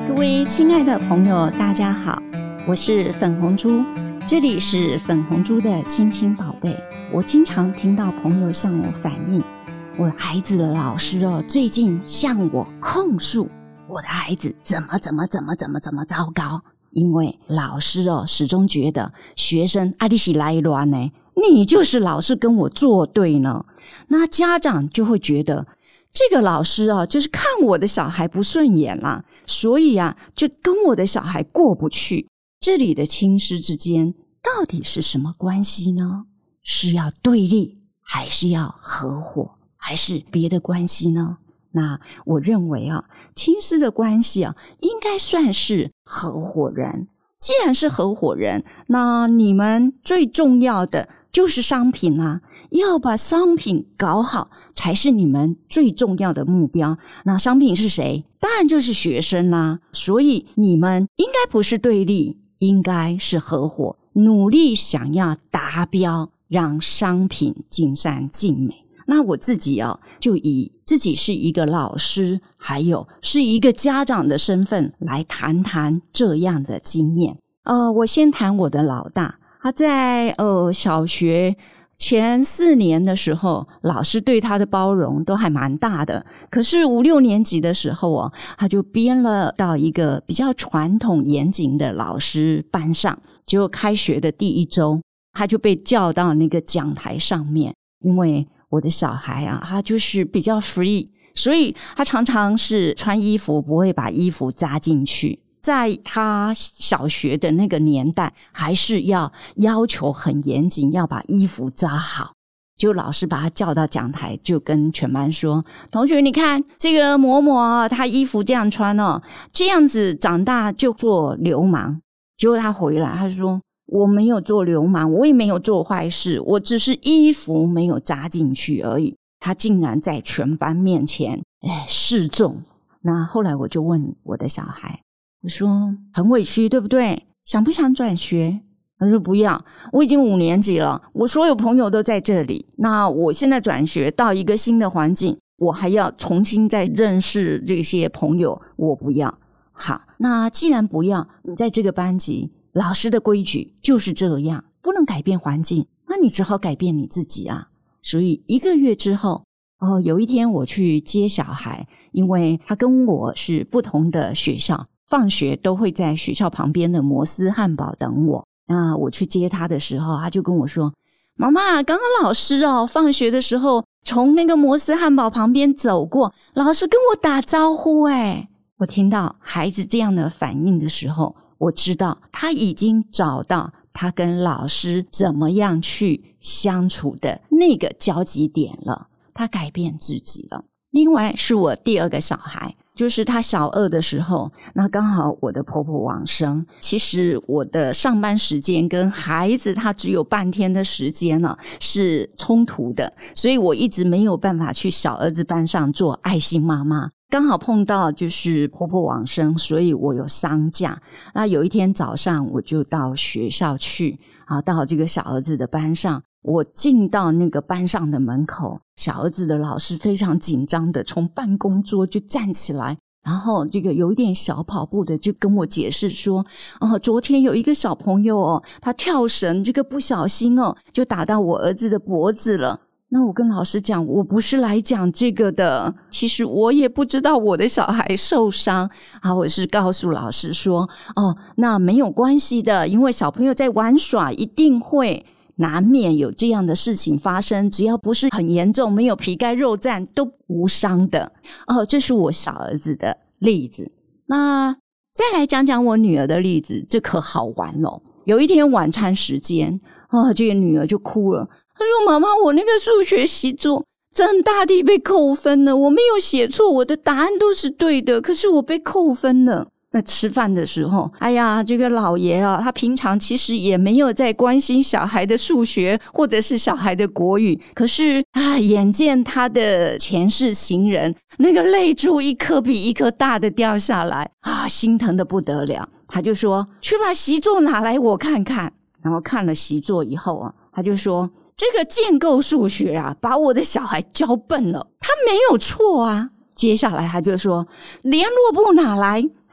各位亲爱的朋友大家好，我是粉红猪，这里是粉红猪的亲亲宝贝。我经常听到朋友向我反映，我的孩子的老师最近向我控诉我的孩子怎么糟糕，因为老师始终觉得学生你是来乱呢，你就是老是跟我作对呢。那家长就会觉得这个老师就是看我的小孩不顺眼啦，所以就跟我的小孩过不去。这里的亲师之间到底是什么关系呢？是要对立，还是要合伙，还是别的关系呢？那我认为亲师的关系应该算是合伙人。既然是合伙人，那你们最重要的就是商品啦，要把商品搞好才是你们最重要的目标。那商品是谁？当然就是学生啦。所以你们应该不是对立，应该是合伙，努力想要达标，让商品尽善尽美。那我自己就以自己是一个老师，还有是一个家长的身份来谈谈这样的经验。我先谈我的老大，他在小学前4年的时候，老师对他的包容都还蛮大的。可是5、6年级的时候他就编了到一个比较传统严谨的老师班上。结果开学的第1周，他就被叫到那个讲台上面。因为我的小孩他就是比较 free， 所以他常常是穿衣服不会把衣服扎进去。在他小学的那个年代，还是要求很严谨，要把衣服扎好。就老师把他叫到讲台，就跟全班说，同学你看这个某某他衣服这样穿这样子长大就做流氓。结果他回来他说，我没有做流氓，我也没有做坏事，我只是衣服没有扎进去而已。他竟然在全班面前示众。那后来我就问我的小孩，我说很委屈对不对？想不想转学？他说不要，我已经5年级了，我所有朋友都在这里，那我现在转学到一个新的环境，我还要重新再认识这些朋友，我不要。好，那既然不要，你在这个班级老师的规矩就是这样，不能改变环境，那你只好改变你自己啊。所以1个月之后有一天我去接小孩，因为他跟我是不同的学校，放学都会在学校旁边的摩斯汉堡等我。那我去接他的时候，他就跟我说，妈妈，刚刚老师放学的时候从那个摩斯汉堡旁边走过，老师跟我打招呼我听到孩子这样的反应的时候，我知道他已经找到他跟老师怎么样去相处的那个交集点了，他改变自己了。另外是我第2个小孩，就是他小2的时候，那刚好我的婆婆往生。其实我的上班时间跟孩子他只有半天的时间是冲突的，所以我一直没有办法去小儿子班上做爱心妈妈。刚好碰到就是婆婆往生，所以我有丧假。那有一天早上我就到学校去到这个小儿子的班上。我进到那个班上的门口，小儿子的老师非常紧张的从办公桌就站起来，然后这个有一点小跑步的就跟我解释说，昨天有一个小朋友他跳绳，这个不小心就打到我儿子的脖子了。那我跟老师讲，我不是来讲这个的，其实我也不知道我的小孩受伤我是告诉老师说，那没有关系的，因为小朋友在玩耍一定会难免有这样的事情发生，只要不是很严重，没有皮开肉绽都无伤的。这是我小儿子的例子。那再来讲讲我女儿的例子，这可好玩哦。有一天晚餐时间这个女儿就哭了，她说，妈妈，我那个数学习作正大地被扣分了，我没有写错，我的答案都是对的，可是我被扣分了。那吃饭的时候，这个老爷他平常其实也没有在关心小孩的数学或者是小孩的国语，可是眼见他的前世情人那个泪珠一颗比一颗大的掉下来心疼的不得了。他就说，去把习作拿来我看看。然后看了习作以后他就说，这个建构数学把我的小孩教笨了，他没有错啊。接下来他就说，联络簿拿来。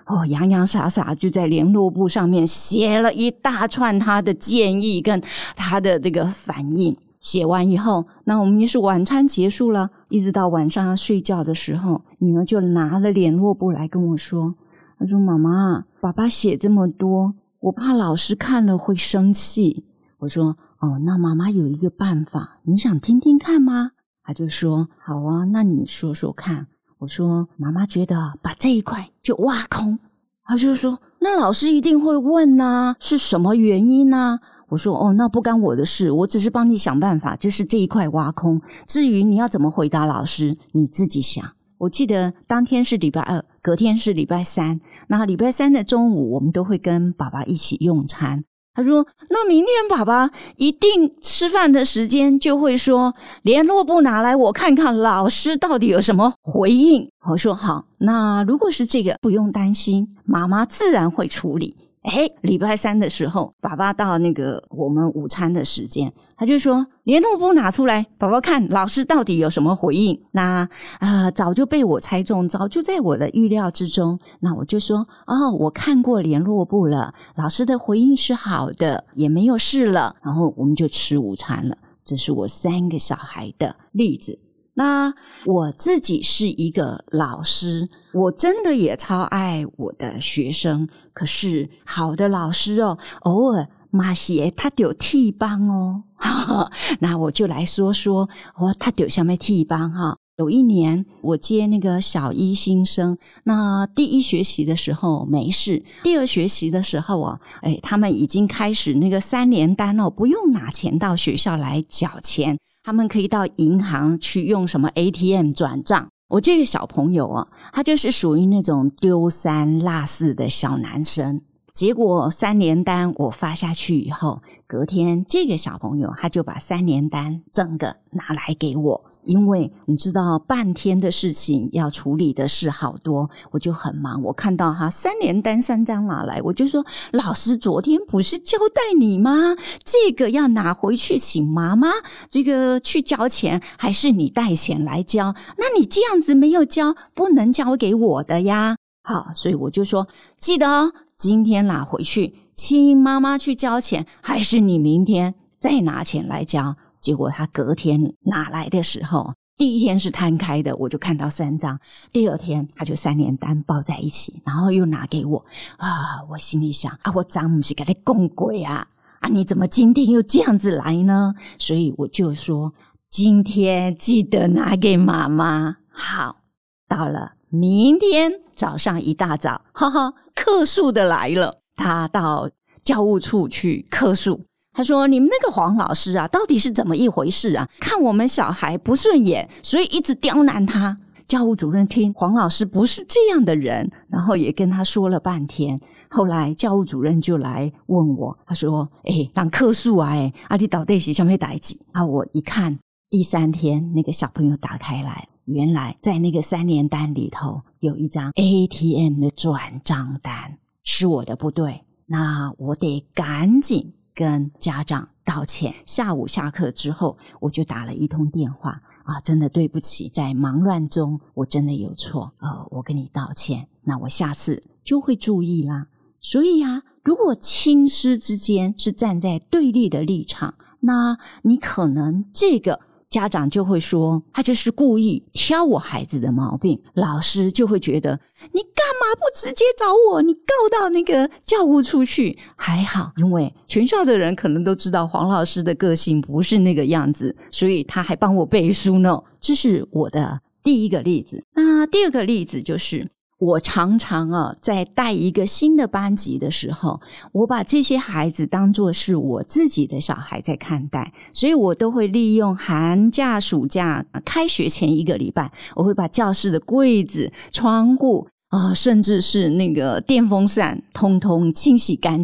洋洋洒洒就在联络簿上面写了一大串他的建议跟他的这个反应。写完以后，那我们也是晚餐结束了，一直到晚上要睡觉的时候，女儿就拿了联络簿来跟我说，她说妈妈，爸爸写这么多，我怕老师看了会生气。我说那妈妈有一个办法，你想听听看吗？她就说好啊，那你说说看。我说妈妈觉得把这一块就挖空。她就说那老师一定会问啊，是什么原因啊？我说那不干我的事，我只是帮你想办法，就是这一块挖空，至于你要怎么回答老师你自己想。我记得当天是礼拜二，隔天是礼拜三，那礼拜三的中午我们都会跟爸爸一起用餐。他说那明天爸爸一定吃饭的时间就会说，联络簿拿来我看看老师到底有什么回应。我说好，那如果是这个不用担心，妈妈自然会处理。礼拜三的时候，爸爸到那个我们午餐的时间，他就说联络簿拿出来，爸爸看老师到底有什么回应。那早就被我猜中，早就在我的预料之中。那我就说我看过联络簿了，老师的回应是好的，也没有事了，然后我们就吃午餐了。这是我3个小孩的例子。那我自己是一个老师，我真的也超爱我的学生，可是好的老师偶尔嘛是他有替帮那我就来说说他有什么替帮有一年我接那个小一新生，那第1学期的时候没事，第2学期的时候他们已经开始那个3联单不用拿钱到学校来缴钱，他们可以到银行去用什么 ATM 转账。我这个小朋友他就是属于那种丢3落4的小男生。结果3联单我发下去以后，隔天这个小朋友他就把3联单整个拿来给我，因为你知道半天的事情要处理的事好多，我就很忙。我看到他3联单3张拿来，我就说老师昨天不是交代你吗？这个要拿回去请妈妈这个去交钱，还是你带钱来交？那你这样子没有交，不能交给我的呀。好，所以我就说记得今天拿回去请妈妈去交钱，还是你明天再拿钱来交？结果他隔天拿来的时候，第一天是摊开的，我就看到3张，第2天他就3联单抱在一起，然后又拿给我我心里想我昨不是跟你讲过你怎么今天又这样子来呢？所以我就说今天记得拿给妈妈。好，到了明天早上一大早客诉的来了，他到教务处去客诉。他说你们那个黄老师到底是怎么一回事看我们小孩不顺眼，所以一直刁难他。教务主任听黄老师不是这样的人，然后也跟他说了半天。后来教务主任就来问我，他说人客诉你到底是什么事情我一看第3天那个小朋友打开来，原来在那个3联单里头有一张 ATM 的转账单，是我的不对，那我得赶紧跟家长道歉。下午下课之后我就打了一通电话真的对不起，在忙乱中我真的有错我跟你道歉，那我下次就会注意啦。所以如果亲师之间是站在对立的立场，那你可能这个家长就会说他就是故意挑我孩子的毛病，老师就会觉得你干嘛不直接找我，你告到那个教务处去。还好因为全校的人可能都知道黄老师的个性不是那个样子，所以他还帮我背书呢。这是我的第一个例子。那第二个例子就是我常常在带一个新的班级的时候，我把这些孩子当作是我自己的小孩在看待，所以我都会利用寒假暑假开学前1个礼拜，我会把教室的柜子窗户甚至是那个电风扇通通清洗干净。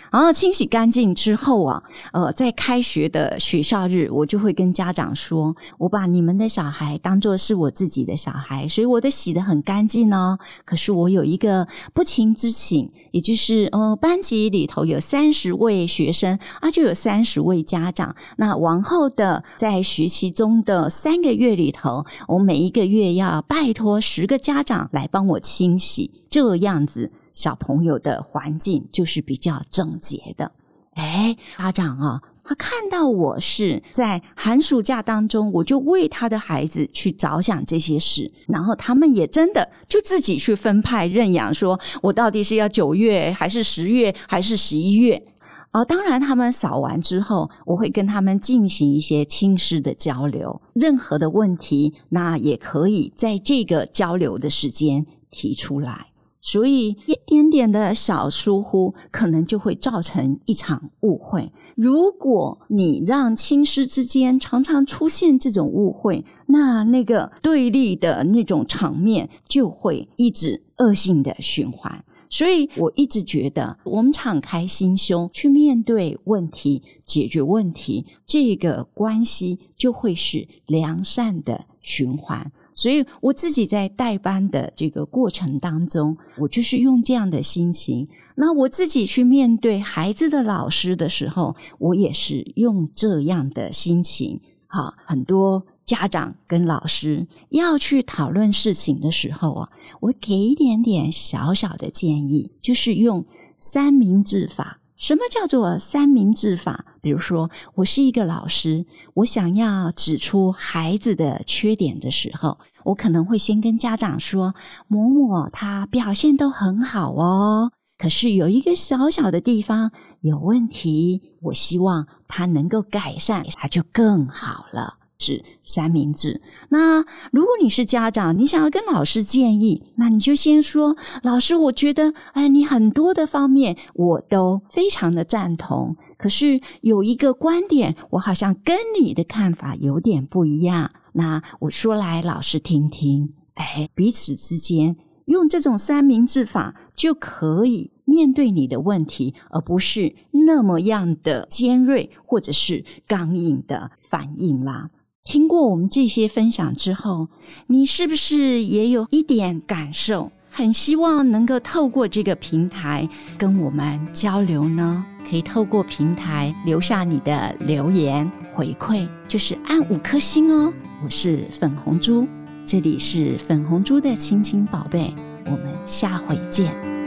然后清洗干净之后啊，在开学的学校日，我就会跟家长说，我把你们的小孩当作是我自己的小孩，所以我的洗得很干净哦。可是我有一个不情之请，也就是班级里头有30位学生啊，就有30位家长。那往后的在学期中的3个月里头，我每一个月要拜托10个家长来帮我清洗，这样子小朋友的环境就是比较整洁的。家长啊，他看到我是在寒暑假当中，我就为他的孩子去着想这些事，然后他们也真的就自己去分派认养，说我到底是要9月还是10月还是11月。当然他们扫完之后，我会跟他们进行一些亲师的交流，任何的问题那也可以在这个交流的时间提出来。所以一点点的小疏忽可能就会造成一场误会。如果你让亲师之间常常出现这种误会，那个对立的那种场面就会一直恶性的循环。所以我一直觉得我们敞开心胸去面对问题，解决问题，这个关系就会是良善的循环。所以我自己在带班的这个过程当中，我就是用这样的心情。那我自己去面对孩子的老师的时候，我也是用这样的心情。很多家长跟老师要去讨论事情的时候啊，我给一点点小小的建议，就是用三明治法。什么叫做三明治法？比如说我是一个老师，我想要指出孩子的缺点的时候，我可能会先跟家长说，某某他表现都很好哦，可是有一个小小的地方有问题，我希望他能够改善，他就更好了。是三明治。那如果你是家长，你想要跟老师建议，那你就先说，老师我觉得你很多的方面我都非常的赞同，可是有一个观点我好像跟你的看法有点不一样，那我说来老师听听。彼此之间用这种三明治法就可以面对你的问题，而不是那么样的尖锐或者是刚硬的反应啦。听过我们这些分享之后，你是不是也有一点感受？很希望能够透过这个平台跟我们交流呢？可以透过平台留下你的留言回馈，就是按5颗星哦。我是粉红猪，这里是粉红猪的亲亲宝贝，我们下回见。